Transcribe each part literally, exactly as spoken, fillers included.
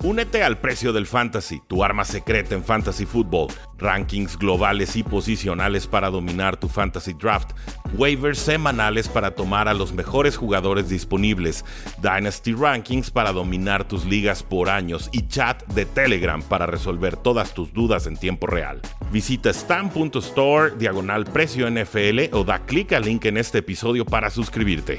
Únete al Precio del Fantasy, tu arma secreta en Fantasy Football. Rankings globales y posicionales para dominar tu Fantasy Draft. Waivers semanales para tomar a los mejores jugadores disponibles. Dynasty Rankings para dominar tus ligas por años. Y chat de Telegram para resolver todas tus dudas en tiempo real. Visita stam punto store diagonal precio N F L o da clic al link en este episodio para suscribirte.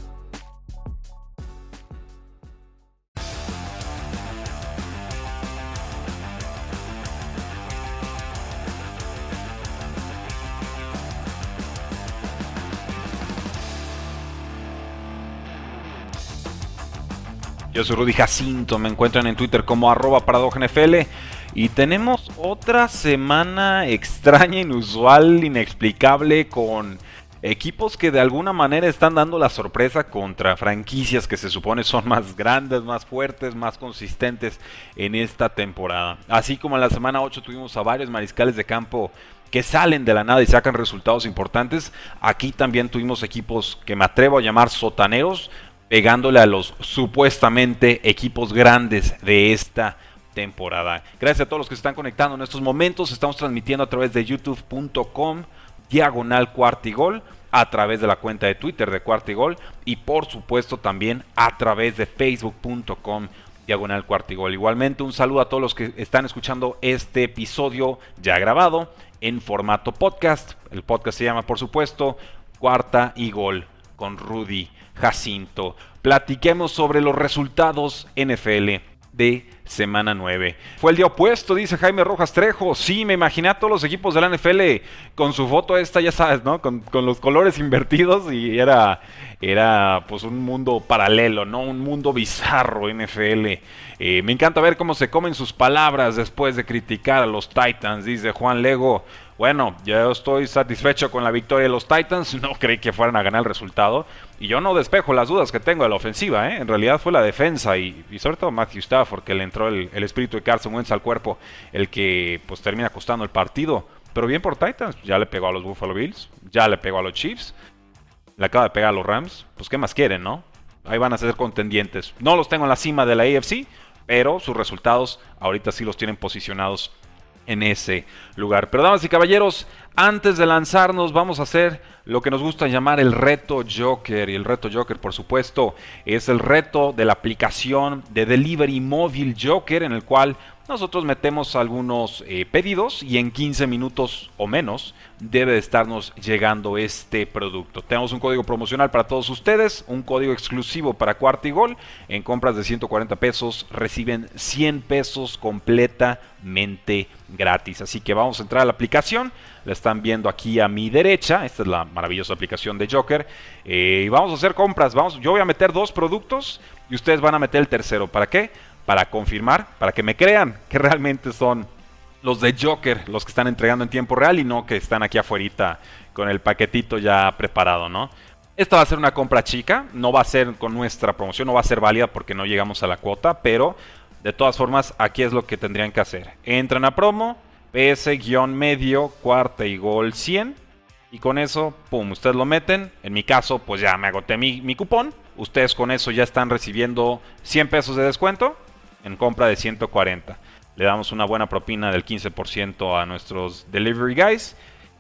Yo soy Rudy Jacinto, me encuentran en Twitter como arroba paradojanfl y tenemos otra semana extraña, inusual, inexplicable con equipos que de alguna manera están dando la sorpresa contra franquicias que se supone son más grandes, más fuertes, más consistentes en esta temporada. Así como en la semana ocho tuvimos a varios mariscales de campo que salen de la nada y sacan resultados importantes, aquí también tuvimos equipos que me atrevo a llamar sotaneros, pegándole a los supuestamente equipos grandes de esta temporada. Gracias a todos los que se están conectando en estos momentos. Estamos transmitiendo a través de youtube punto com diagonal cuartigol, a través de la cuenta de Twitter de Cuartigol y por supuesto también a través de facebook punto com diagonal cuartigol. Igualmente un saludo a todos los que están escuchando este episodio ya grabado en formato podcast. El podcast se llama por supuesto Cuarta y Gol con Rudy Jacinto. Platiquemos sobre los resultados N F L de semana nueve. Fue el día opuesto, dice Jaime Rojas Trejo. Sí, me imaginé a todos los equipos de la N F L con su foto esta, ya sabes, ¿no? Con, con los colores invertidos y era, era pues un mundo paralelo, ¿no? Un mundo bizarro N F L. Eh, me encanta ver cómo se comen sus palabras después de criticar a los Titans, dice Juan Lego. Bueno, yo estoy satisfecho con la victoria de los Titans, no creí que fueran a ganar el resultado, y yo no despejo las dudas que tengo de la ofensiva, ¿eh? En realidad fue la defensa, y, y sobre todo Matthew Stafford, que le entró el, el espíritu de Carson Wentz al cuerpo, el que pues termina costando el partido. Pero bien por Titans, ya le pegó a los Buffalo Bills, ya le pegó a los Chiefs, le acaba de pegar a los Rams, pues qué más quieren, ¿no? Ahí van a ser contendientes. No los tengo en la cima de la A F C, pero sus resultados ahorita sí los tienen posicionados en ese lugar. Pero damas y caballeros, antes de lanzarnos vamos a hacer lo que nos gusta llamar el reto Joker. Y el reto Joker, por supuesto, es el reto de la aplicación de delivery móvil Joker, en el cual nosotros metemos algunos eh, pedidos y en quince minutos o menos debe de estarnos llegando este producto. Tenemos un código promocional para todos ustedes, un código exclusivo para Cuarta y Gol. En compras de ciento cuarenta pesos reciben cien pesos completamente gratis. Así que vamos a entrar a la aplicación. La están viendo aquí a mi derecha. Esta es la maravillosa aplicación de Joker. Eh, y vamos a hacer compras. Vamos, yo voy a meter dos productos y ustedes van a meter el tercero. ¿Para qué? Para confirmar, para que me crean que realmente son los de Joker los que están entregando en tiempo real y no que están aquí afuerita con el paquetito ya preparado, ¿no? Esta va a ser una compra chica, no va a ser con nuestra promoción, no va a ser válida porque no llegamos a la cuota, pero de todas formas aquí es lo que tendrían que hacer. Entran a promo, P S-medio, Cuarta y Gol cien y con eso, pum, ustedes lo meten. En mi caso, pues ya me agoté mi, mi cupón. Ustedes con eso ya están recibiendo cien pesos de descuento en compra de ciento cuarenta. Le damos una buena propina del quince por ciento a nuestros delivery guys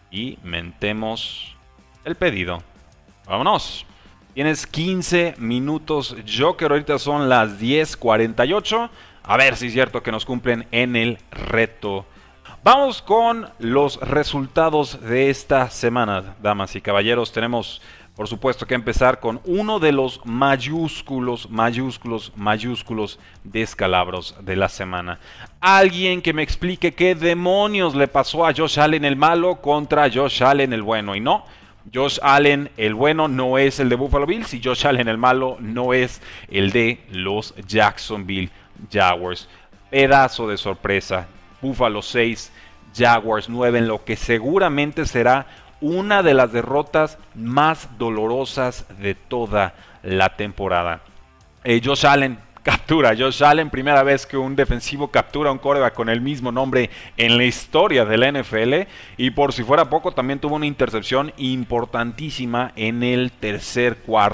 y metemos el pedido. Vámonos. Tienes quince minutos, Joker. Ahorita son las diez cuarenta y ocho. A ver si es cierto que nos cumplen en el reto. Vamos con los resultados de esta semana, damas y caballeros. Tenemos, por supuesto, que empezar con uno de los mayúsculos, mayúsculos, mayúsculos descalabros de la semana. Alguien que me explique qué demonios le pasó a Josh Allen el malo contra Josh Allen el bueno. Y no, Josh Allen el bueno no es el de Buffalo Bills y Josh Allen el malo no es el de los Jacksonville Jaguars. Pedazo de sorpresa. Buffalo seis, Jaguars nueve, en lo que seguramente será una de las derrotas más dolorosas de toda la temporada. Eh, Josh Allen captura, Josh Allen, primera vez que un defensivo captura a un quarterback con el mismo nombre en la historia de la N F L, y por si fuera poco también tuvo una intercepción importantísima en el tercer cuarto.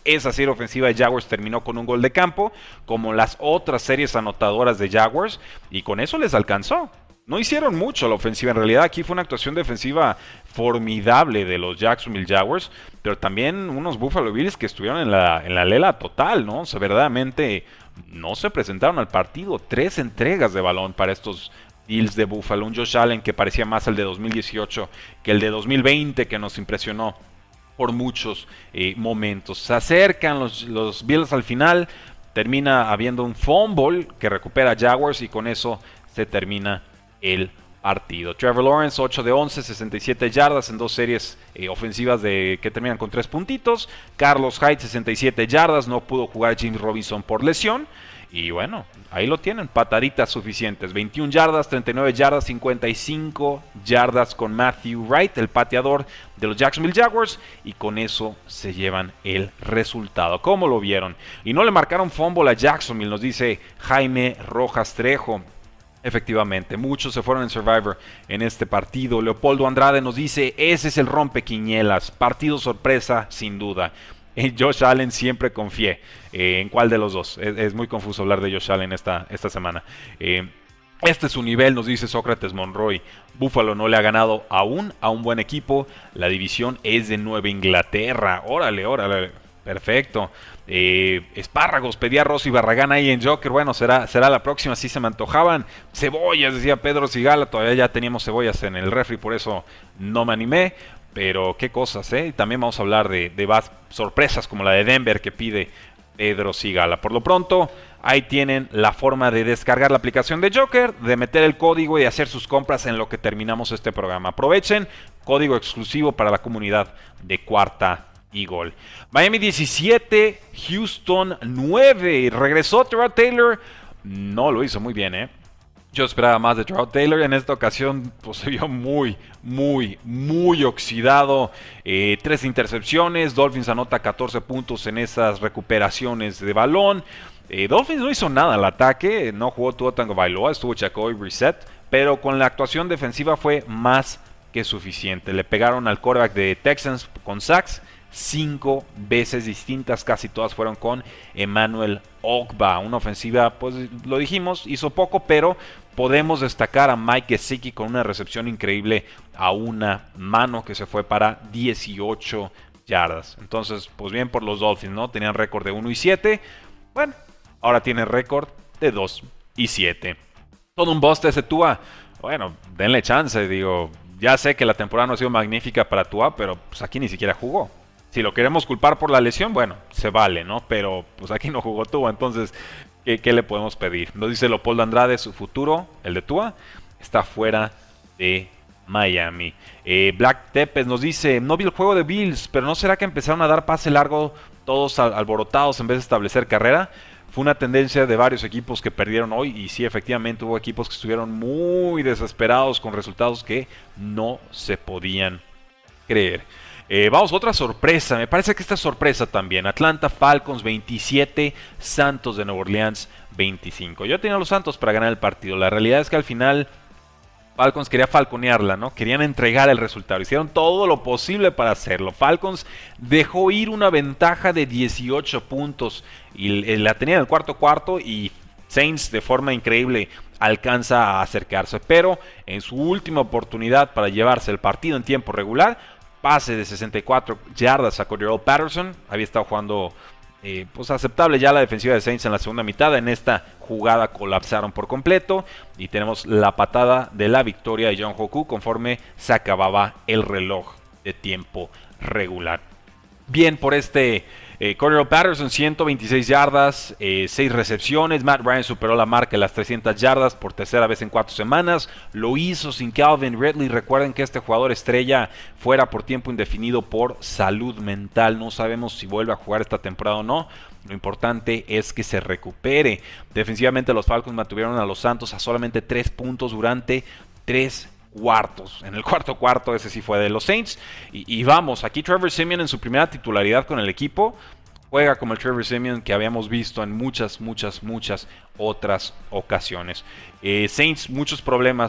Esa serie ofensiva de Jaguars terminó con un gol de campo, como las otras series anotadoras de Jaguars, y con eso les alcanzó. No hicieron mucho la ofensiva, en realidad aquí fue una actuación defensiva formidable de los Jacksonville Jaguars, pero también unos Buffalo Bills que estuvieron en la, en la lela total, ¿no? O sea, verdaderamente no se presentaron al partido. Tres entregas de balón para estos Bills de Buffalo, un Josh Allen que parecía más el de dos mil dieciocho que el de dos mil veinte, que nos impresionó por muchos eh, momentos. Se acercan los, los Bills al final, termina habiendo un fumble que recupera Jaguars y con eso se termina el partido. Trevor Lawrence, ocho de once, sesenta y siete yardas en dos series eh, ofensivas de, que terminan con tres puntitos. Carlos Hyde, sesenta y siete yardas, no pudo jugar James Robinson por lesión. Y bueno, ahí lo tienen, pataditas suficientes. veintiuna yardas, treinta y nueve yardas, cincuenta y cinco yardas con Matthew Wright, el pateador de los Jacksonville Jaguars. Y con eso se llevan el resultado. ¿Cómo lo vieron? Y no le marcaron fumble a Jacksonville, nos dice Jaime Rojas Trejo. Efectivamente, muchos se fueron en Survivor en este partido. Leopoldo Andrade nos dice, ese es el rompequinielas, partido sorpresa sin duda. En Josh Allen siempre confié. Eh, ¿En cuál de los dos? Es, es muy confuso hablar de Josh Allen esta, esta semana. Eh, este es su nivel, nos dice Sócrates Monroy. Buffalo no le ha ganado aún a un buen equipo. La división es de Nueva Inglaterra. Órale, órale. Perfecto. Eh, espárragos, pedía Rosy Barragán ahí en Joker. Bueno, será, será la próxima, si se me antojaban. Cebollas, decía Pedro Sigala. Todavía ya teníamos cebollas en el refri, por eso no me animé. Pero qué cosas, ¿eh? También vamos a hablar de, de sorpresas como la de Denver que pide Pedro Sigala. Por lo pronto, ahí tienen la forma de descargar la aplicación de Joker, de meter el código y hacer sus compras en lo que terminamos este programa. Aprovechen, código exclusivo para la comunidad de Cuarta y Gol. Miami diecisiete, Houston nueve. Regresó Tyrod Taylor. No lo hizo muy bien, ¿eh? Yo esperaba más de Tyrod Taylor. En esta ocasión pues, se vio muy, muy, muy oxidado. Eh, tres intercepciones. Dolphins anota catorce puntos en esas recuperaciones de balón. Eh, Dolphins no hizo nada al ataque. No jugó Tua Tagovailoa. Estuvo Chaco y Brissett. Pero con la actuación defensiva fue más que suficiente. Le pegaron al quarterback de Texans con sacks. Cinco veces distintas, casi todas fueron con Emmanuel Ogbah. Una ofensiva, pues lo dijimos, hizo poco, pero podemos destacar a Mike Gesicki con una recepción increíble a una mano que se fue para dieciocho yardas. Entonces, pues bien por los Dolphins, ¿no? Tenían récord de uno y siete. Bueno, ahora tienen récord de dos y siete. Todo un bust ese Tua. Bueno, denle chance, digo. Ya sé que la temporada no ha sido magnífica para Tua, pero pues aquí ni siquiera jugó. Si lo queremos culpar por la lesión, bueno, se vale, ¿no? Pero pues aquí no jugó Tua, entonces, ¿qué, qué le podemos pedir? Nos dice Leopoldo Andrade, su futuro, el de Tua, está fuera de Miami. Eh, Black Tepes nos dice, no vi el juego de Bills, pero ¿no será que empezaron a dar pase largo todos al- alborotados en vez de establecer carrera? Fue una tendencia de varios equipos que perdieron hoy y sí, efectivamente hubo equipos que estuvieron muy desesperados con resultados que no se podían creer. Eh, vamos, otra sorpresa, me parece que esta sorpresa también. Atlanta Falcons veintisiete, Santos de Nueva Orleans veinticinco. Yo tenía a los Santos para ganar el partido. La realidad es que al final Falcons quería falconearla, ¿no? Querían entregar el resultado. Hicieron todo lo posible para hacerlo. Falcons dejó ir una ventaja de dieciocho puntos y la tenía en el cuarto cuarto y Saints de forma increíble alcanza a acercarse. Pero en su última oportunidad para llevarse el partido en tiempo regular, pase de sesenta y cuatro yardas a Cordero Patterson. Había estado jugando eh, pues aceptable ya la defensiva de Saints en la segunda mitad. En esta jugada colapsaron por completo. Y tenemos la patada de la victoria de John Hoku conforme se acababa el reloj de tiempo regular. Bien por este eh, Cordero Patterson, ciento veintiséis yardas, eh, seis recepciones. Matt Ryan superó la marca de las trescientas yardas por tercera vez en cuatro semanas. Lo hizo sin Calvin Ridley. Recuerden que este jugador estrella fuera por tiempo indefinido por salud mental. No sabemos si vuelve a jugar esta temporada o no. Lo importante es que se recupere. Defensivamente los Falcons mantuvieron a los Santos a solamente tres puntos durante tres cuartos. En el cuarto cuarto ese sí fue de los Saints. Y, y vamos, aquí Trevor Siemian en su primera titularidad con el equipo juega como el Trevor Siemian que habíamos visto en muchas, muchas, muchas otras ocasiones. Eh, Saints, muchos problemas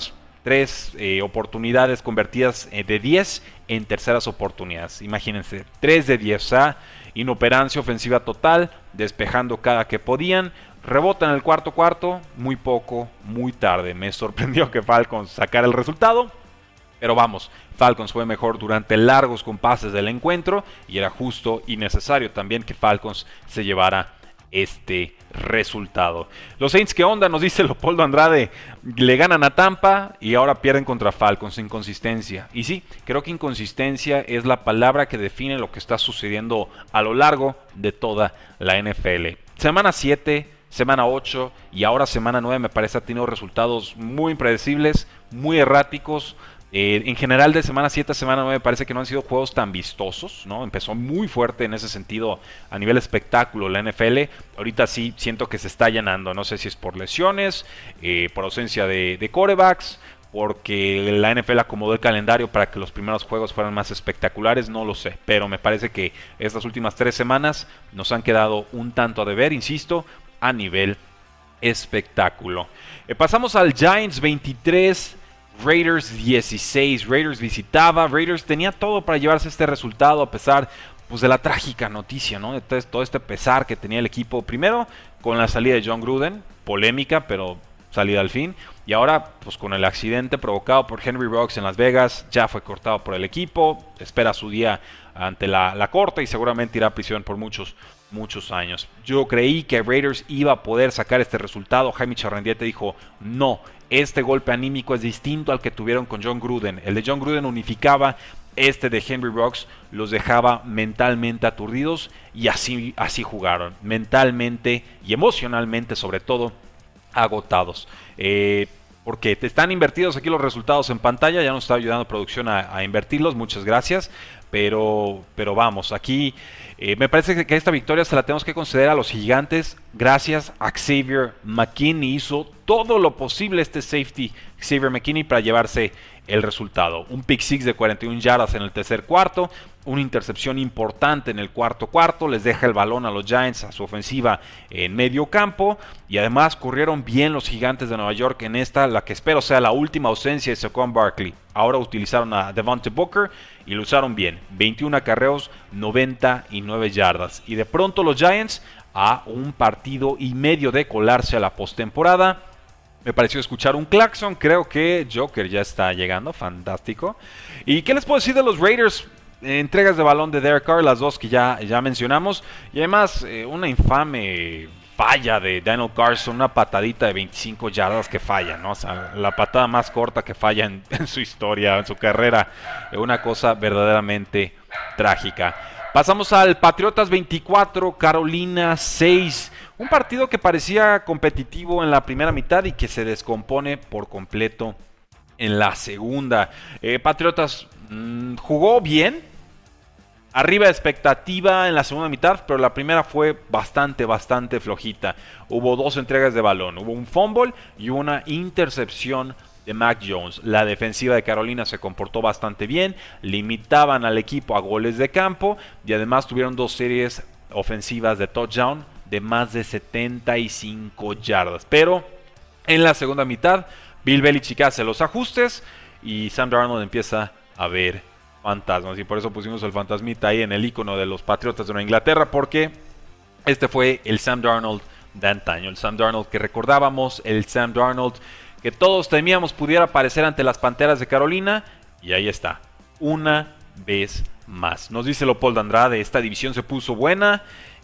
tres eh, oportunidades convertidas eh, de diez en terceras oportunidades. Imagínense, tres de diez, o sea, inoperancia ofensiva total, despejando cada que podían. Rebota en el cuarto cuarto, muy poco, muy tarde. Me sorprendió que Falcons sacara el resultado, pero vamos, Falcons fue mejor durante largos compases del encuentro y era justo y necesario también que Falcons se llevara este resultado. Los Saints, ¿qué onda? Nos dice Leopoldo Andrade. Le ganan a Tampa y ahora pierden contra Falcons. Inconsistencia. Y sí, creo que inconsistencia es la palabra que define lo que está sucediendo a lo largo de toda la N F L. Semana siete, semana ocho y ahora semana nueve me parece ha tenido resultados muy impredecibles, muy erráticos. Eh, en general de semana siete a semana nueve parece que no han sido juegos tan vistosos, ¿no? Empezó muy fuerte en ese sentido a nivel espectáculo la N F L. Ahorita sí siento que se está llenando. No sé si es por lesiones, eh, por ausencia de, de quarterbacks, porque la N F L acomodó el calendario para que los primeros juegos fueran más espectaculares, no lo sé. Pero me parece que estas últimas tres semanas nos han quedado un tanto a deber, insisto, a nivel espectáculo. Eh, pasamos al Giants veintitrés, Raiders dieciséis. Raiders visitaba, Raiders tenía todo para llevarse este resultado a pesar pues, de la trágica noticia, ¿no? De todo este pesar que tenía el equipo. Primero con la salida de John Gruden, polémica, pero salida al fin. Y ahora pues con el accidente provocado por Henry Ruggs en Las Vegas, ya fue cortado por el equipo, espera su día ante la, la corte y seguramente irá a prisión por muchos muchos años. Yo creí que Raiders iba a poder sacar este resultado. Jaime Charrandiete dijo, no, este golpe anímico es distinto al que tuvieron con John Gruden. El de John Gruden unificaba, este de Henry Ruggs los dejaba mentalmente aturdidos y así, así jugaron, mentalmente y emocionalmente sobre todo, agotados. Eh, porque te están invertidos aquí los resultados en pantalla, ya nos está ayudando producción a, a invertirlos, muchas gracias. Pero, pero vamos, aquí eh, me parece que, que esta victoria se la tenemos que conceder a los Gigantes. Gracias a Xavier McKinney, hizo todo lo posible este safety Xavier McKinney para llevarse el resultado. Un pick six de cuarenta y una yardas en el tercer cuarto, una intercepción importante en el cuarto cuarto, les deja el balón a los Giants, a su ofensiva en medio campo, y además corrieron bien los Gigantes de Nueva York en esta, la que espero sea la última ausencia de Saquon Barkley. Ahora utilizaron a Devontae Booker y lo usaron bien, veintiún acarreos, noventa y nueve yardas, y de pronto los Giants a un partido y medio de colarse a la postemporada. Me pareció escuchar un claxon, creo que Joker ya está llegando, fantástico. ¿Y qué les puedo decir de los Raiders? Entregas de balón de Derek Carr, las dos que ya, ya mencionamos. Y además eh, una infame falla de Daniel Carlson, una patadita de veinticinco yardas que falla, ¿no? O sea, la patada más corta que falla en, en su historia, en su carrera. Eh, una cosa verdaderamente trágica. Pasamos al Patriotas veinticuatro, Carolina seis. Un partido que parecía competitivo en la primera mitad y que se descompone por completo en la segunda. Eh, Patriotas mmm, jugó bien, arriba de expectativa en la segunda mitad, pero la primera fue bastante, bastante flojita. Hubo dos entregas de balón, hubo un fumble y una intercepción de Mac Jones. La defensiva de Carolina se comportó bastante bien, limitaban al equipo a goles de campo y además tuvieron dos series ofensivas de touchdown de más de setenta y cinco yardas. Pero en la segunda mitad, Bill Belichick hace los ajustes y Sam Darnold empieza a ver fantasmas. Y por eso pusimos el fantasmita ahí en el icono de los Patriotas de Nueva Inglaterra, porque este fue el Sam Darnold de antaño. El Sam Darnold que recordábamos, el Sam Darnold que todos temíamos pudiera aparecer ante las Panteras de Carolina. Y ahí está, una vez más. Nos dice Leopoldo Andrade, esta división se puso buena.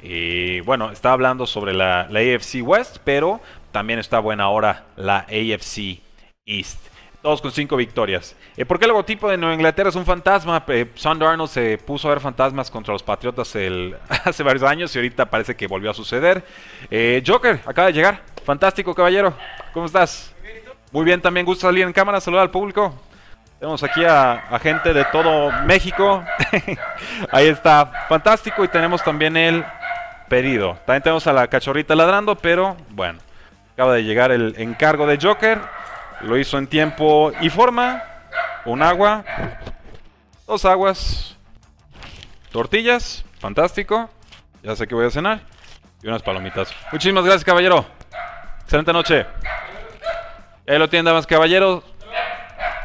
Eh, bueno, está hablando sobre la, la A F C West, pero también está buena ahora la A F C East. Todos con cinco victorias. Eh, ¿Por qué el logotipo de Nueva Inglaterra es un fantasma? Eh, Sam Darnold se puso a ver fantasmas contra los Patriotas el, hace varios años y ahorita parece que volvió a suceder. Eh, Joker, acaba de llegar. Fantástico, caballero. ¿Cómo estás? Muy bien, también gusto salir en cámara, saludar al público. Tenemos aquí a, a gente de todo México. Ahí está, fantástico. Y tenemos también el pedido. También tenemos a la cachorrita ladrando, pero bueno, acaba de llegar el encargo de Joker. Lo hizo en tiempo y forma. Un agua, dos aguas, tortillas, fantástico. Ya sé que voy a cenar. Y unas palomitas. Muchísimas gracias, caballero. Excelente noche. Ahí lo tienen, damas, caballeros.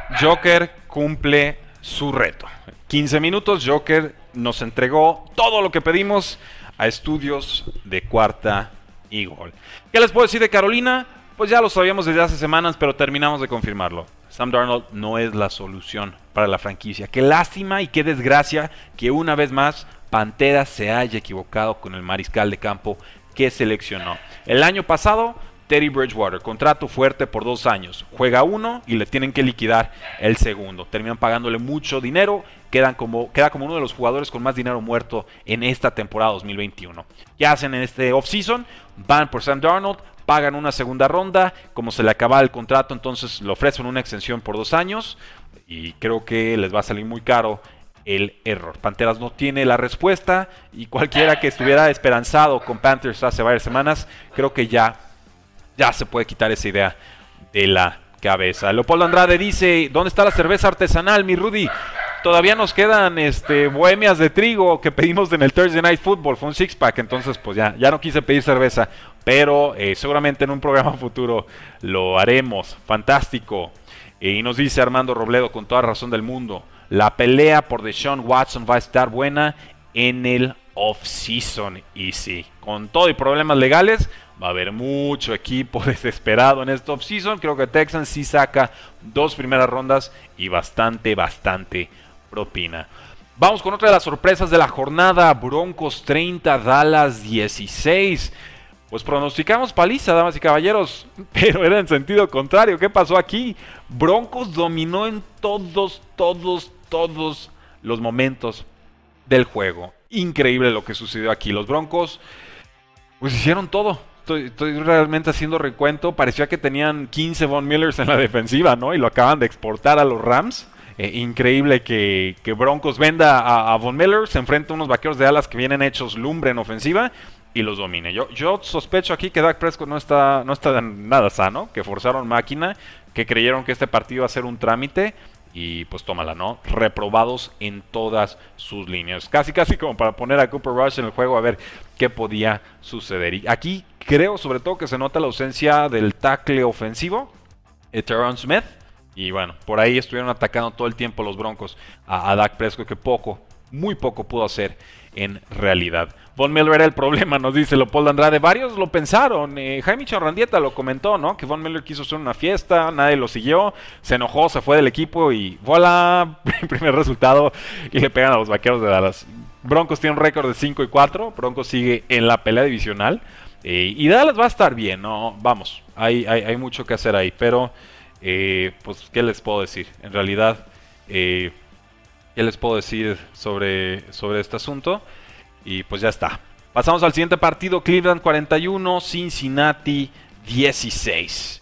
Joker cumple su reto. quince minutos, Joker nos entregó todo lo que pedimos a estudios de cuarta y gol. ¿Qué les puedo decir de Carolina? Pues ya lo sabíamos desde hace semanas, pero terminamos de confirmarlo. Sam Darnold no es la solución para la franquicia. Qué lástima y qué desgracia que una vez más Panteras se haya equivocado con el mariscal de campo que seleccionó. El año pasado, Teddy Bridgewater, contrato fuerte por dos años. Juega uno y le tienen que liquidar el segundo. Terminan pagándole mucho dinero. Quedan como, queda como uno de los jugadores con más dinero muerto en esta temporada dos mil veintiuno. ¿Qué hacen en este offseason? Van por Sam Darnold, pagan una segunda ronda. Como se le acaba el contrato, entonces le ofrecen una extensión por dos años. Y creo que les va a salir muy caro el error. Panteras no tiene la respuesta. Y cualquiera que estuviera esperanzado con Panthers hace varias semanas, creo que ya... Ya se puede quitar esa idea de la cabeza. Leopoldo Andrade dice, ¿dónde está la cerveza artesanal, mi Rudy? Todavía nos quedan este, bohemias de trigo que pedimos en el Thursday Night Football. Fue un six-pack, entonces pues ya, ya no quise pedir cerveza. Pero eh, seguramente en un programa futuro lo haremos. Fantástico. Eh, y nos dice Armando Robledo, con toda razón del mundo, la pelea por Deshaun Watson va a estar buena en el off-season. Y sí, con todo y problemas legales... Va a haber mucho equipo desesperado en este offseason. Creo que Texans sí saca dos primeras rondas y bastante, bastante propina. Vamos con otra de las sorpresas de la jornada. Broncos treinta, Dallas dieciséis. Pues pronosticamos paliza, damas y caballeros, pero era en sentido contrario. ¿Qué pasó aquí? Broncos dominó en todos, todos, todos los momentos del juego. Increíble lo que sucedió aquí. Los Broncos pues hicieron todo. Estoy, estoy realmente haciendo recuento. Parecía que tenían quince Von Millers en la defensiva, ¿no? Y lo acaban de exportar a los Rams. Eh, increíble que, que Broncos venda a, a Von Miller. Se enfrenta a unos vaqueros de Dallas que vienen hechos lumbre en ofensiva y los domine. Yo, yo sospecho aquí que Dak Prescott no está, no está nada sano. Que forzaron máquina. Que creyeron que este partido iba a ser un trámite. Y pues tómala, ¿no? Reprobados en todas sus líneas. Casi, casi como para poner a Cooper Rush en el juego a ver qué podía suceder. Y aquí creo sobre todo que se nota la ausencia del tackle ofensivo, Teron Smith. Y bueno, por ahí estuvieron atacando todo el tiempo los Broncos a, a Dak Prescott, que poco, muy poco pudo hacer en realidad. Von Miller era el problema, nos dice Leopoldo Andrade. Varios lo pensaron. Eh, Jaime Chanrandieta lo comentó, ¿no? Que Von Miller quiso hacer una fiesta, nadie lo siguió, se enojó, se fue del equipo y voilà, primer resultado y le pegan a los vaqueros de Dallas. Broncos tiene un récord de cinco y cuatro. Broncos sigue en la pelea divisional. Eh, y Dallas va a estar bien, ¿no? Vamos, hay, hay, hay mucho que hacer ahí. Pero, eh, pues, ¿qué les puedo decir? En realidad, eh, ¿qué les puedo decir sobre, sobre este asunto? Y pues ya está. Pasamos al siguiente partido. Cleveland cuarenta y uno, Cincinnati dieciséis.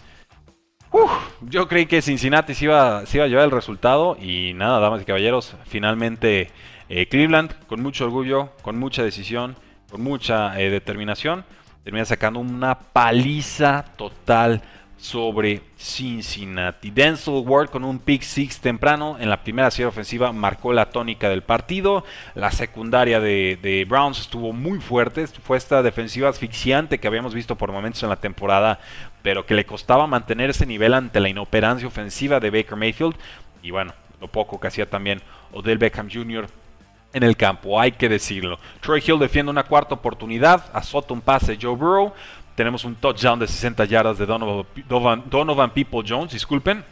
Uf, yo creí que Cincinnati se iba, se iba a llevar el resultado. Y nada, damas y caballeros, finalmente eh, Cleveland, con mucho orgullo, con mucha decisión, con mucha eh, determinación, termina sacando una paliza total sobre Cincinnati. Denzel Ward con un pick six temprano en la primera serie ofensiva marcó la tónica del partido. La secundaria de, de Browns estuvo muy fuerte. Fue esta defensiva asfixiante que habíamos visto por momentos en la temporada, pero que le costaba mantener ese nivel ante la inoperancia ofensiva de Baker Mayfield. Y bueno, lo poco que hacía también Odell Beckham junior en el campo, hay que decirlo. Troy Hill defiende una cuarta oportunidad, azota un pase de Joe Burrow. Tenemos un touchdown de sesenta yardas de Donovan, Donovan, Donovan People-Jones, disculpen.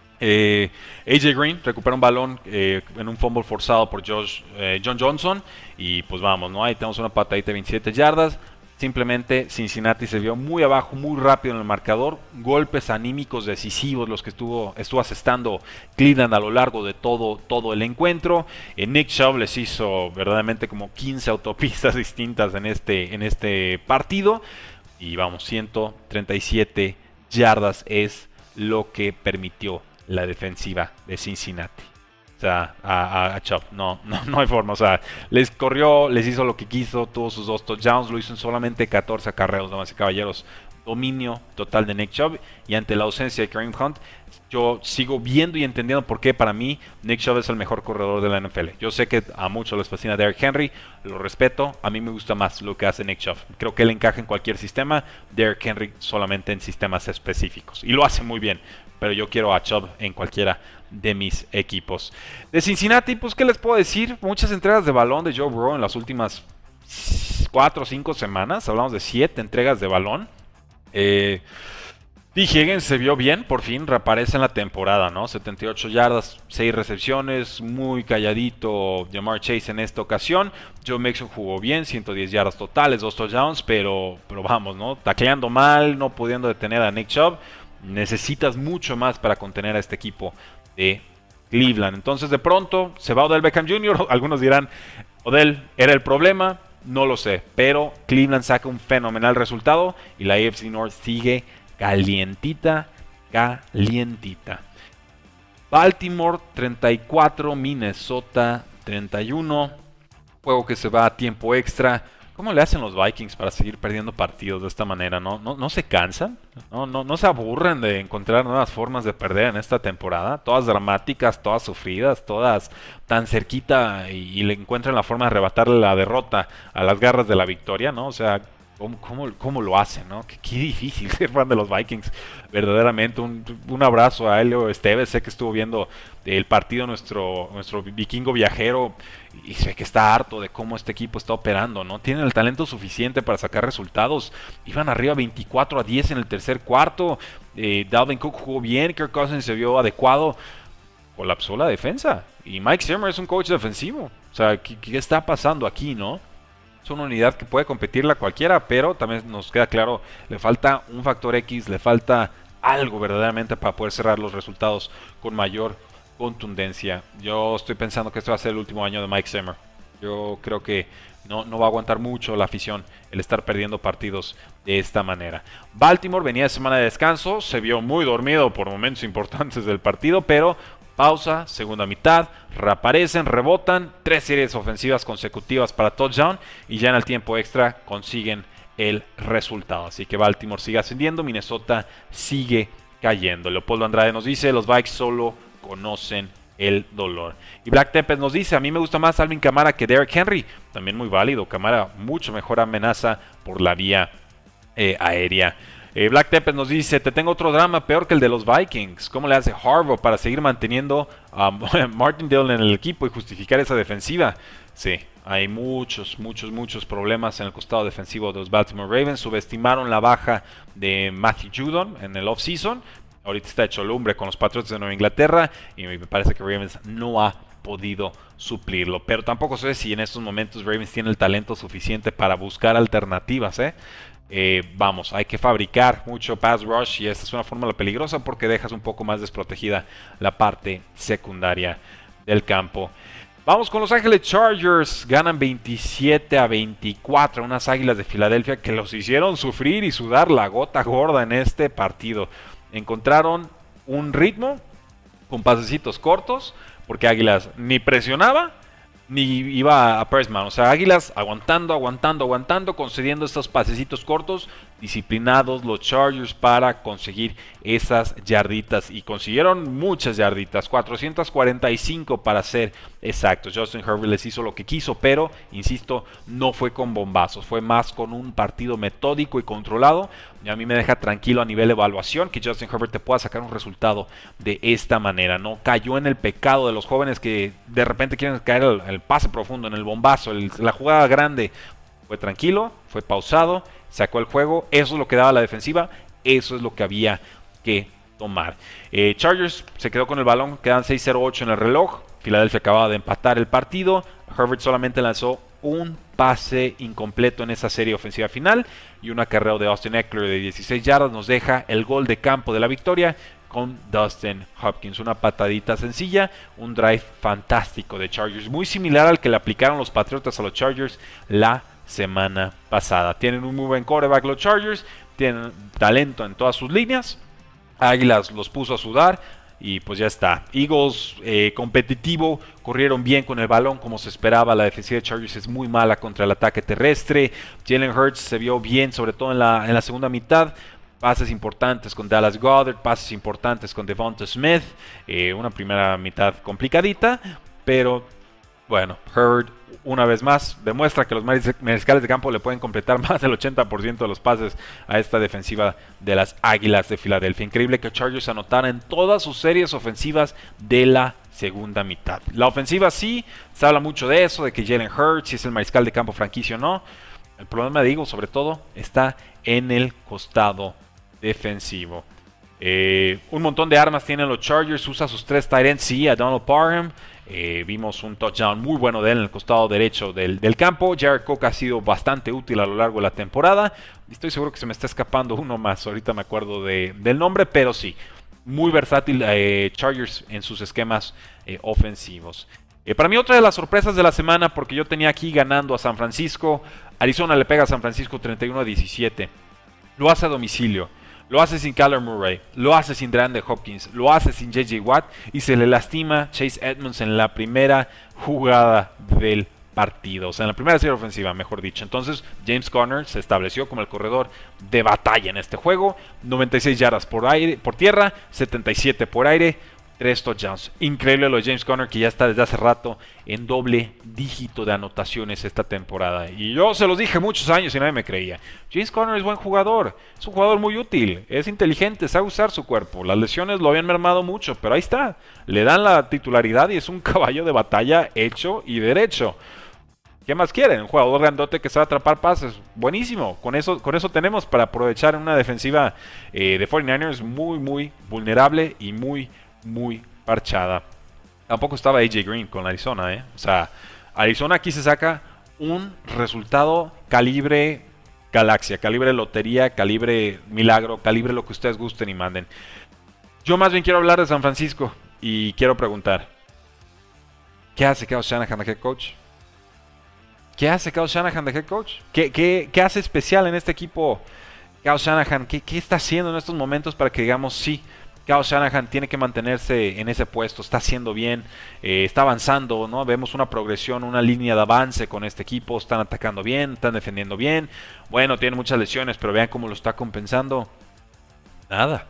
Eh, A J Green recupera un balón eh, en un fumble forzado por Josh, eh, John Johnson. Y pues vamos, ¿no? Ahí tenemos una patadita de veintisiete yardas. Simplemente Cincinnati se vio muy abajo, muy rápido en el marcador. Golpes anímicos decisivos los que estuvo, estuvo asestando Cleveland a lo largo de todo, todo el encuentro. Eh, Nick Chubb les hizo verdaderamente como quince autopistas distintas en este, en este partido. Y vamos, ciento treinta y siete yardas es lo que permitió la defensiva de Cincinnati. O sea, a, a, a Chubb, no, no, no hay forma. O sea, les corrió, les hizo lo que quiso, tuvo sus dos touchdowns, lo hizo en solamente catorce acarreos, damas y caballeros. Dominio total de Nick Chubb. Y ante la ausencia de Kareem Hunt, yo sigo viendo y entendiendo por qué para mí Nick Chubb es el mejor corredor de la N F L. Yo sé que a muchos les fascina Derrick Henry, lo respeto, a mí me gusta más lo que hace Nick Chubb. Creo que él encaja en cualquier sistema, Derrick Henry solamente en sistemas específicos. Y lo hace muy bien. pero yo quiero a Chubb en cualquiera de mis equipos. De Cincinnati, pues ¿qué les puedo decir? Muchas entregas de balón de Joe Burrow en las últimas cuatro o cinco semanas. Hablamos de siete entregas de balón. Eh, T. Higgins se vio bien, por fin reaparece en la temporada, ¿no? setenta y ocho yardas, seis recepciones, muy calladito Ja'Marr Chase en esta ocasión. Joe Mixon jugó bien, ciento diez yardas totales, dos touchdowns, pero, pero vamos, ¿no? Tacleando mal, no pudiendo detener a Nick Chubb. Necesitas mucho más para contener a este equipo de Cleveland. Entonces de pronto se va Odell Beckham junior Algunos dirán, Odell era el problema, no lo sé, pero Cleveland saca un fenomenal resultado y la A F C North sigue calientita, calientita. Baltimore treinta y cuatro, Minnesota treinta y uno. Juego que se va a tiempo extra. ¿Cómo le hacen los Vikings para seguir perdiendo partidos de esta manera? ¿No, no, no se cansan? ¿No, no, ¿No se aburren de encontrar nuevas formas de perder en esta temporada? Todas dramáticas, todas sufridas, todas tan cerquita y, y le encuentran la forma de arrebatarle la derrota a las garras de la victoria, ¿no? O sea, ¿Cómo, cómo, cómo lo hacen, ¿no? Qué, qué difícil ser fan de los Vikings. Verdaderamente, un, un abrazo a Helio Esteves. Sé que estuvo viendo el partido nuestro, nuestro vikingo viajero y sé que está harto de cómo este equipo está operando, ¿no? Tienen el talento suficiente para sacar resultados. Iban arriba veinticuatro a diez en el tercer cuarto. Eh, Dalvin Cook jugó bien, Kirk Cousins se vio adecuado. Colapsó la defensa. Y Mike Zimmer es un coach defensivo. O sea, ¿qué, qué está pasando aquí, no? Es una unidad que puede competirla cualquiera, pero también nos queda claro, le falta un factor X, le falta algo verdaderamente para poder cerrar los resultados con mayor contundencia. Yo estoy pensando que este va a ser el último año de Mike Zimmer. Yo creo que no, no va a aguantar mucho la afición el estar perdiendo partidos de esta manera. Baltimore venía de semana de descanso, se vio muy dormido por momentos importantes del partido, pero pausa, segunda mitad, reaparecen, rebotan, tres series ofensivas consecutivas para touchdown y ya en el tiempo extra consiguen el resultado. Así que Baltimore sigue ascendiendo, Minnesota sigue cayendo. Leopoldo Andrade nos dice, los Vikes solo conocen el dolor. Y Black Tepes nos dice, a mí me gusta más Alvin Kamara que Derrick Henry. También muy válido, Kamara mucho mejor amenaza por la vía eh, aérea. Eh, Black Tepes nos dice, te tengo otro drama peor que el de los Vikings. ¿Cómo le hace Harbaugh para seguir manteniendo a Martindale en el equipo y justificar esa defensiva? Sí, hay muchos, muchos, muchos problemas en el costado defensivo de los Baltimore Ravens. Subestimaron la baja de Matthew Judon en el offseason. Ahorita está hecho lumbre con los Patriots de Nueva Inglaterra y me parece que Ravens no ha podido suplirlo. Pero tampoco sé si en estos momentos Ravens tiene el talento suficiente para buscar alternativas, ¿eh? Eh, vamos, hay que fabricar mucho pass rush y esta es una fórmula peligrosa porque dejas un poco más desprotegida la parte secundaria del campo. Vamos con Los Ángeles Chargers, ganan veintisiete a veinticuatro, unas Águilas de Filadelfia que los hicieron sufrir y sudar la gota gorda en este partido. Encontraron un ritmo con pasecitos cortos porque Águilas ni presionaba ni iba a pressman, o sea, Águilas aguantando, aguantando, aguantando, concediendo estos pasecitos cortos, disciplinados los Chargers para conseguir esas yarditas y consiguieron muchas yarditas, cuatrocientas cuarenta y cinco para ser exactos. Justin Herbert les hizo lo que quiso, pero, insisto, no fue con bombazos, fue más con un partido metódico y controlado. Y a mí me deja tranquilo a nivel de evaluación que Justin Herbert te pueda sacar un resultado de esta manera. No cayó en el pecado de los jóvenes que de repente quieren caer el, el pase profundo, en el bombazo, el, la jugada grande. Fue tranquilo, fue pausado, sacó el juego. Eso es lo que daba la defensiva, eso es lo que había que tomar. Eh, Chargers se quedó con el balón, quedan seis cero ocho en el reloj. Filadelfia acababa de empatar el partido. Herbert solamente lanzó un pase incompleto en esa serie ofensiva final y un acarreo de Austin Eckler de dieciséis yardas nos deja el gol de campo de la victoria con Dustin Hopkins. Una patadita sencilla, un drive fantástico de Chargers, muy similar al que le aplicaron los Patriotas a los Chargers la semana pasada. Tienen un muy buen quarterback los Chargers, tienen talento en todas sus líneas. Águilas los puso a sudar y pues ya está. Eagles eh, competitivo, corrieron bien con el balón como se esperaba. La defensiva de Chargers es muy mala contra el ataque terrestre. Jalen Hurts se vio bien, sobre todo en la, en la segunda mitad. Pases importantes con Dallas Goedert, pases importantes con Devonta Smith. Eh, una primera mitad complicadita, pero Bueno, Herbert una vez más demuestra que los mariscales de campo le pueden completar más del ochenta por ciento de los pases a esta defensiva de las Águilas de Filadelfia. Increíble que Chargers anotara en todas sus series ofensivas de la segunda mitad. La ofensiva sí, se habla mucho de eso, de que Jalen Hurts, si es el mariscal de campo franquicia o no. El problema, digo, sobre todo, está en el costado defensivo. Eh, un montón de armas tienen los Chargers, usa sus tres tight ends, sí, a Donald Parham. Eh, vimos un touchdown muy bueno de él en el costado derecho del, del campo. Jared Cook ha sido bastante útil a lo largo de la temporada. Estoy seguro que se me está escapando uno más, ahorita me acuerdo de, del nombre, pero sí, muy versátil eh, Chargers en sus esquemas eh, ofensivos. Eh, para mí otra de las sorpresas de la semana, porque yo tenía aquí ganando a San Francisco. Arizona le pega a San Francisco treinta y uno a diecisiete. Lo hace a domicilio. Lo hace sin Kyler Murray, lo hace sin DeAndre Hopkins, lo hace sin J J Watt y se le lastima Chase Edmonds en la primera jugada del partido, o sea, en la primera serie ofensiva, mejor dicho. Entonces, James Conner se estableció como el corredor de batalla en este juego. noventa y seis yardas por aire, por tierra, setenta y siete por aire, tres touchdowns. Increíble lo de James Conner, que ya está desde hace rato en doble dígito de anotaciones esta temporada. Y yo se los dije muchos años y nadie me creía. James Conner es buen jugador, es un jugador muy útil, es inteligente, sabe usar su cuerpo. Las lesiones lo habían mermado mucho, pero ahí está. Le dan la titularidad y es un caballo de batalla hecho y derecho. ¿Qué más quieren? Un jugador grandote que sabe atrapar pases. Buenísimo. Con eso, con eso tenemos para aprovechar una defensiva eh, de cuarenta y nueve ers muy, muy vulnerable y muy, muy parchada. Tampoco estaba A J Green con Arizona, ¿eh? O sea, Arizona aquí se saca un resultado calibre galaxia, calibre lotería, calibre milagro, calibre lo que ustedes gusten y manden. Yo más bien quiero hablar de San Francisco y quiero preguntar, ¿qué hace Kyle Shanahan de head coach? ¿Qué hace Kyle Shanahan de head coach? ¿Qué, qué, qué hace especial en este equipo Kyle Shanahan? ¿Qué, ¿Qué está haciendo en estos momentos para que digamos sí? Kyle Shanahan tiene que mantenerse en ese puesto, está haciendo bien, eh, está avanzando, ¿no? Vemos una progresión, una línea de avance con este equipo, están atacando bien, están defendiendo bien. Bueno, tienen muchas lesiones, pero vean cómo lo está compensando. Nada,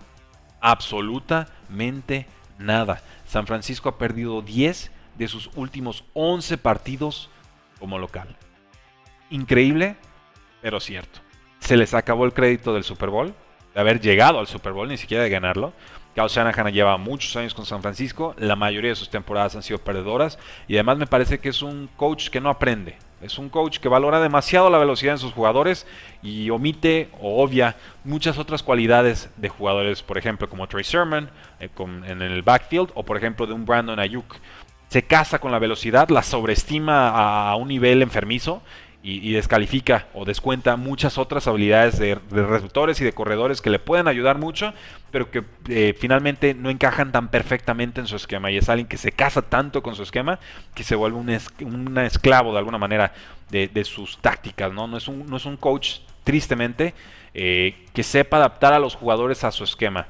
absolutamente nada. San Francisco ha perdido diez de sus últimos once partidos como local. Increíble, pero cierto. Se les acabó el crédito del Super Bowl, de haber llegado al Super Bowl, ni siquiera de ganarlo. Kyle Shanahan lleva muchos años con San Francisco, la mayoría de sus temporadas han sido perdedoras y además me parece que es un coach que no aprende, es un coach que valora demasiado la velocidad en sus jugadores y omite o obvia muchas otras cualidades de jugadores, por ejemplo como Trey Sermon eh, con, en el backfield o por ejemplo de un Brandon Ayuk. Se casa con la velocidad, la sobreestima a, a un nivel enfermizo y, y descalifica o descuenta muchas otras habilidades de, de receptores y de corredores que le pueden ayudar mucho, pero que eh, finalmente no encajan tan perfectamente en su esquema. Y es alguien que se casa tanto con su esquema que se vuelve un, es, un esclavo de alguna manera de, de sus tácticas, ¿no? No es un, no es un coach, tristemente, eh, que sepa adaptar a los jugadores a su esquema.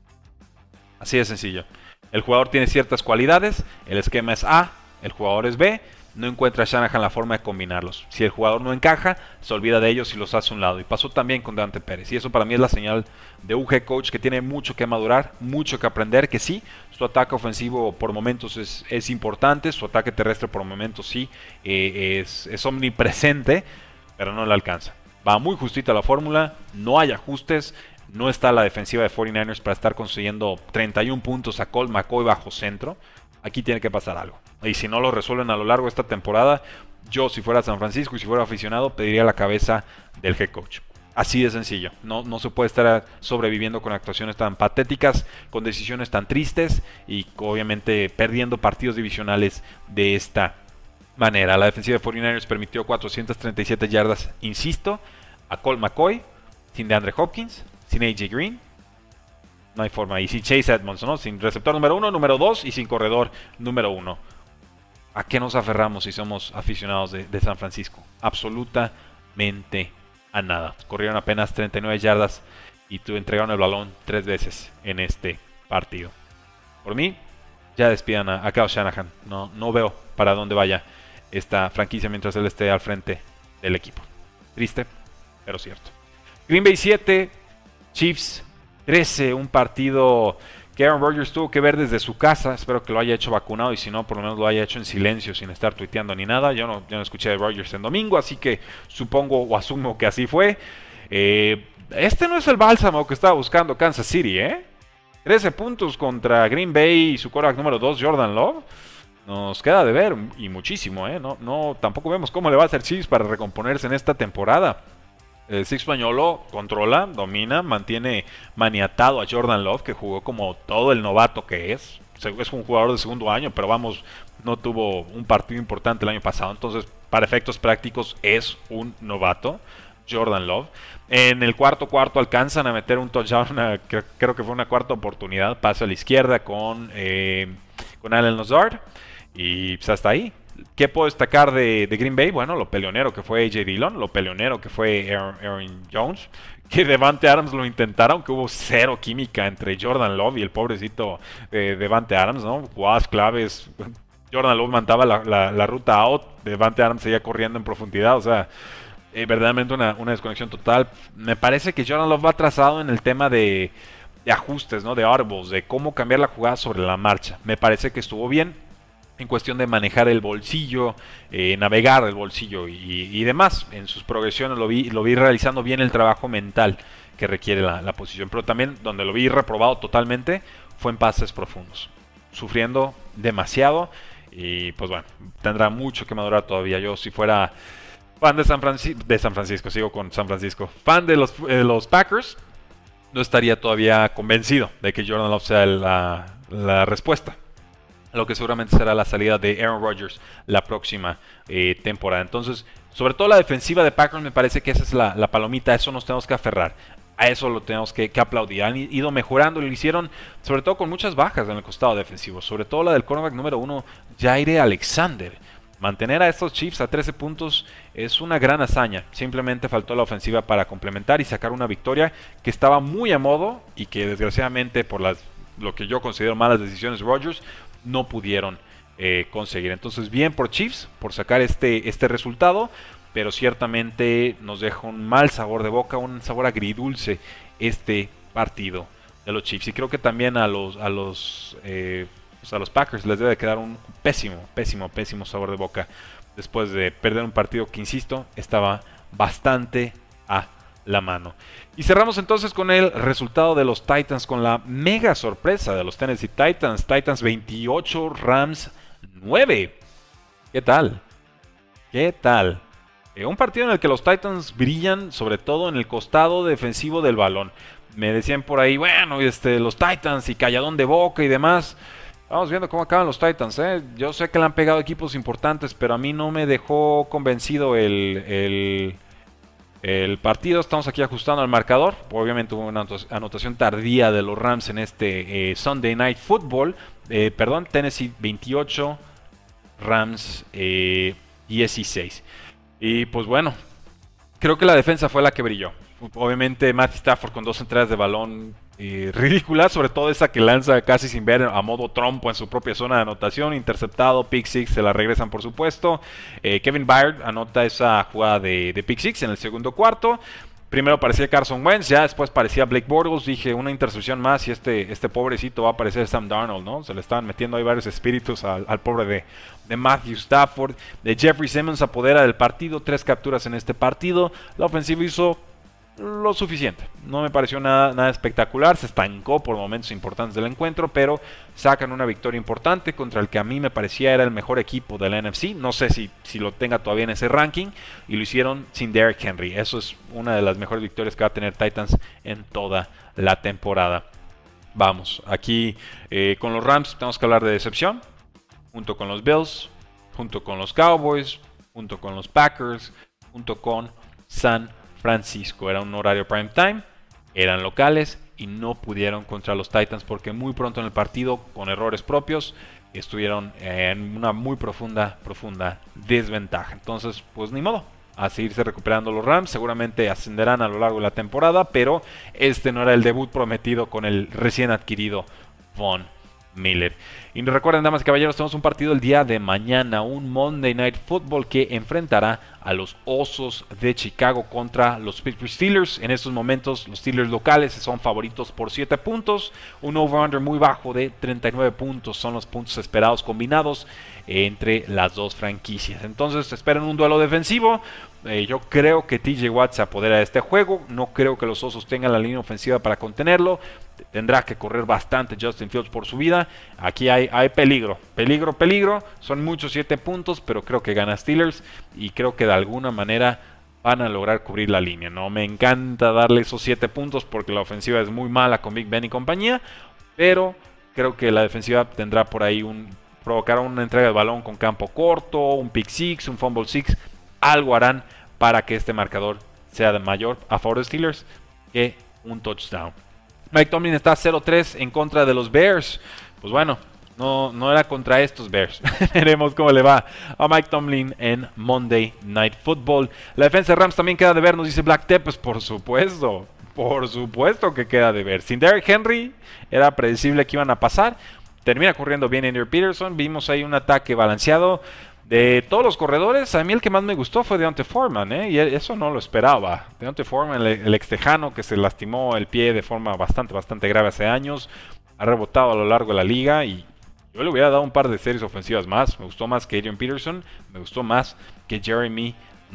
Así de sencillo. El jugador tiene ciertas cualidades, el esquema es A, el jugador es B, no encuentra Shanahan la forma de combinarlos. Si el jugador no encaja, se olvida de ellos y los hace a un lado. Y pasó también con Dante Pérez. Y eso para mí es la señal de un head coach que tiene mucho que madurar, mucho que aprender, que sí, su ataque ofensivo por momentos es, es importante, su ataque terrestre por momentos sí eh, es, es omnipresente, pero no le alcanza. Va muy justita la fórmula, no hay ajustes. No está la defensiva de cuarenta y nueve ers para estar consiguiendo treinta y uno puntos a Colt McCoy bajo centro. Aquí tiene que pasar algo. Y si no lo resuelven a lo largo de esta temporada, yo si fuera San Francisco y si fuera aficionado, pediría la cabeza del head coach. Así de sencillo. No, no se puede estar sobreviviendo con actuaciones tan patéticas, con decisiones tan tristes y obviamente perdiendo partidos divisionales de esta manera. La defensiva de cuarenta y nueve ers permitió cuatrocientas treinta y siete yardas, insisto, a Colt McCoy, sin DeAndre Hopkins, sin A J Green, no hay forma. Y sin Chase Edmonds, ¿no? Sin receptor número uno, número dos y sin corredor número uno. ¿A qué nos aferramos si somos aficionados de, de San Francisco? Absolutamente a nada. Corrieron apenas treinta y nueve yardas y tu entregaron el balón tres veces en este partido. Por mí, ya despidan a, a Kyle Shanahan. No, no veo para dónde vaya esta franquicia mientras él esté al frente del equipo. Triste, pero cierto. Green Bay siete, Chiefs trece, un partido que Aaron Rodgers tuvo que ver desde su casa. Espero que lo haya hecho vacunado y si no, por lo menos lo haya hecho en silencio, sin estar tuiteando ni nada. Yo no, yo no escuché de Rodgers en domingo, así que supongo o asumo que así fue. Eh, este no es el bálsamo que estaba buscando Kansas City, ¿eh? trece puntos contra Green Bay y su quarterback número dos, Jordan Love. Nos queda de ver y muchísimo, ¿eh? No, no, tampoco vemos cómo le va a hacer Chiefs para recomponerse en esta temporada. El Six Españolo controla, domina, mantiene maniatado a Jordan Love, que jugó como todo el novato que es. Es un jugador de segundo año, pero vamos, no tuvo un partido importante el año pasado. Entonces, para efectos prácticos, es un novato, Jordan Love. En el cuarto cuarto alcanzan a meter un touchdown, una, creo que fue una cuarta oportunidad, pasa a la izquierda con, eh, con Allen Lazard. Y pues hasta ahí. ¿Qué puedo destacar de, de Green Bay? Bueno, lo peleonero que fue A J Dillon, lo peleonero que fue Aaron, Aaron Jones, que Devante Adams lo intentaron, que hubo cero química entre Jordan Love y el pobrecito eh, Devante Adams, ¿no? Jugadas claves. Jordan Love mandaba la, la, la ruta out, Devante Adams seguía corriendo en profundidad, o sea, eh, verdaderamente una, una desconexión total. Me parece que Jordan Love va atrasado en el tema de, de ajustes, ¿no? De audibles, de cómo cambiar la jugada sobre la marcha. Me parece que estuvo bien en cuestión de manejar el bolsillo, eh, navegar el bolsillo y, y demás. En sus progresiones lo vi, lo vi realizando bien el trabajo mental que requiere la, la posición. Pero también donde lo vi reprobado totalmente fue en pases profundos. Sufriendo demasiado y pues bueno, tendrá mucho que madurar todavía. Yo si fuera fan de San Francisco, de San Francisco, sigo con San Francisco, fan de los, eh, los Packers, no estaría todavía convencido de que Jordan Love sea la, la respuesta. Lo que seguramente será la salida de Aaron Rodgers la próxima eh, temporada. Entonces, sobre todo la defensiva de Packers, me parece que esa es la, la palomita. A eso nos tenemos que aferrar. A eso lo tenemos que, que aplaudir. Han ido mejorando, lo hicieron sobre todo con muchas bajas en el costado defensivo. Sobre todo la del cornerback número uno, Jaire Alexander. Mantener a estos Chiefs a trece puntos es una gran hazaña. Simplemente faltó la ofensiva para complementar y sacar una victoria que estaba muy a modo y que desgraciadamente por las, lo que yo considero malas decisiones de Rodgers no pudieron eh, conseguir. Entonces bien por Chiefs por sacar este, este resultado, pero ciertamente nos deja un mal sabor de boca, un sabor agridulce este partido de los Chiefs. Y creo que también a los a los eh, pues a los Packers les debe quedar un pésimo, pésimo, pésimo sabor de boca después de perder un partido que, insisto, estaba bastante a la mano. Y cerramos entonces con el resultado de los Titans, con la mega sorpresa de los Tennessee Titans. Titans veintiocho, Rams nueve. ¿Qué tal? ¿Qué tal? Eh, un partido en el que los Titans brillan, sobre todo en el costado defensivo del balón. Me decían por ahí, bueno, este, los Titans y calladón de boca y demás. Vamos viendo cómo acaban los Titans, ¿eh? Yo sé que le han pegado equipos importantes, pero a mí no me dejó convencido el... el El partido. Estamos aquí ajustando el marcador. Obviamente hubo una anotación tardía de los Rams en este eh, Sunday Night Football. Eh, perdón, Tennessee veintiocho, Rams eh, dieciséis. Y pues bueno, creo que la defensa fue la que brilló. Obviamente Matthew Stafford con dos entradas de balón eh, ridículas, sobre todo esa que lanza casi sin ver a modo trompo en su propia zona de anotación, interceptado, pick six, se la regresan por supuesto. eh, Kevin Byard anota esa jugada de, de pick six en el segundo cuarto. Primero parecía Carson Wentz, ya después parecía Blake Bortles. Dije, una intercepción más y este, este pobrecito va a parecer Sam Darnold, ¿no? Se le estaban metiendo ahí varios espíritus al, al pobre de, de Matthew Stafford. De Jeffrey Simmons apodera del partido, tres capturas en este partido. La ofensiva hizo lo suficiente, no me pareció nada, nada espectacular, se estancó por momentos importantes del encuentro, pero sacan una victoria importante contra el que a mí me parecía era el mejor equipo de la N F C. No sé si, si lo tenga todavía en ese ranking, y lo hicieron sin Derrick Henry. Eso es una de las mejores victorias que va a tener Titans en toda la temporada. Vamos, aquí eh, con los Rams tenemos que hablar de decepción, junto con los Bills, junto con los Cowboys, junto con los Packers, junto con San Francisco. Era un horario prime time, eran locales y no pudieron contra los Titans porque muy pronto en el partido, con errores propios, estuvieron en una muy profunda, profunda desventaja. Entonces, pues ni modo, a seguirse recuperando los Rams. Seguramente ascenderán a lo largo de la temporada, pero este no era el debut prometido con el recién adquirido Von Miller. Y recuerden, damas y caballeros, tenemos un partido el día de mañana, un Monday Night Football que enfrentará a los Osos de Chicago contra los Pittsburgh Steelers. En estos momentos los Steelers locales son favoritos por siete puntos, un over-under muy bajo de treinta y nueve puntos, son los puntos esperados combinados entre las dos franquicias. Entonces esperan un duelo defensivo. Eh, yo creo que T J Watt se apodera de este juego. No creo que los Osos tengan la línea ofensiva para contenerlo. Tendrá que correr bastante Justin Fields por su vida. Aquí hay, hay peligro, peligro, peligro. Son muchos siete puntos, pero creo que gana Steelers. Y creo que de alguna manera van a lograr cubrir la línea. No me encanta darle esos siete puntos porque la ofensiva es muy mala con Big Ben y compañía. Pero creo que la defensiva tendrá por ahí un... provocará una entrega de balón con campo corto, un pick six, un fumble six. Algo harán para que este marcador sea de mayor a favor de Steelers que un touchdown. Mike Tomlin está cero tres en contra de los Bears. Pues bueno, no, no era contra estos Bears. Veremos cómo le va a Mike Tomlin en Monday Night Football. La defensa de Rams también queda de ver, nos dice Black Tep. Pues por supuesto, por supuesto que queda de ver. Sin Derrick Henry era predecible que iban a pasar. Termina corriendo bien Andrew Peterson. Vimos ahí un ataque balanceado. De todos los corredores, a mí el que más me gustó fue D'Onta Foreman, ¿eh? Y eso no lo esperaba. D'Onta Foreman, el, el ex tejano que se lastimó el pie de forma bastante, bastante grave hace años, ha rebotado a lo largo de la liga y yo le hubiera dado un par de series ofensivas más. Me gustó más que Adrian Peterson, me gustó más que Jeremy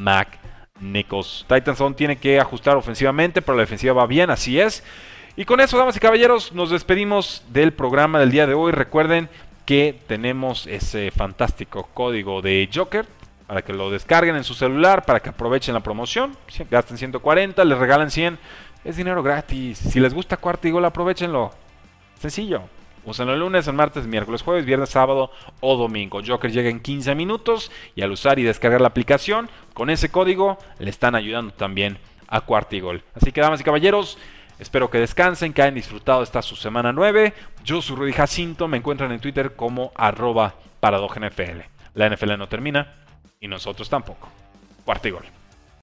McNichols. Titans aún tiene que ajustar ofensivamente, pero la defensiva va bien, así es. Y con eso, damas y caballeros, nos despedimos del programa del día de hoy. Recuerden que tenemos ese fantástico código de Joker para que lo descarguen en su celular, para que aprovechen la promoción. Gasten ciento cuarenta, les regalan cien. Es dinero gratis. Si les gusta Cuarta y Gol, aprovechenlo. Sencillo. Úsenlo el lunes, el martes, miércoles, jueves, viernes, sábado o domingo. Joker llega en quince minutos y al usar y descargar la aplicación, con ese código le están ayudando también a Cuarta y Gol. Así que, damas y caballeros, espero que descansen, que hayan disfrutado esta su semana nueve. Yo soy Rudy Jacinto, me encuentran en Twitter como arroba paradoja N F L. La N F L no termina y nosotros tampoco. Cuarta y Gol.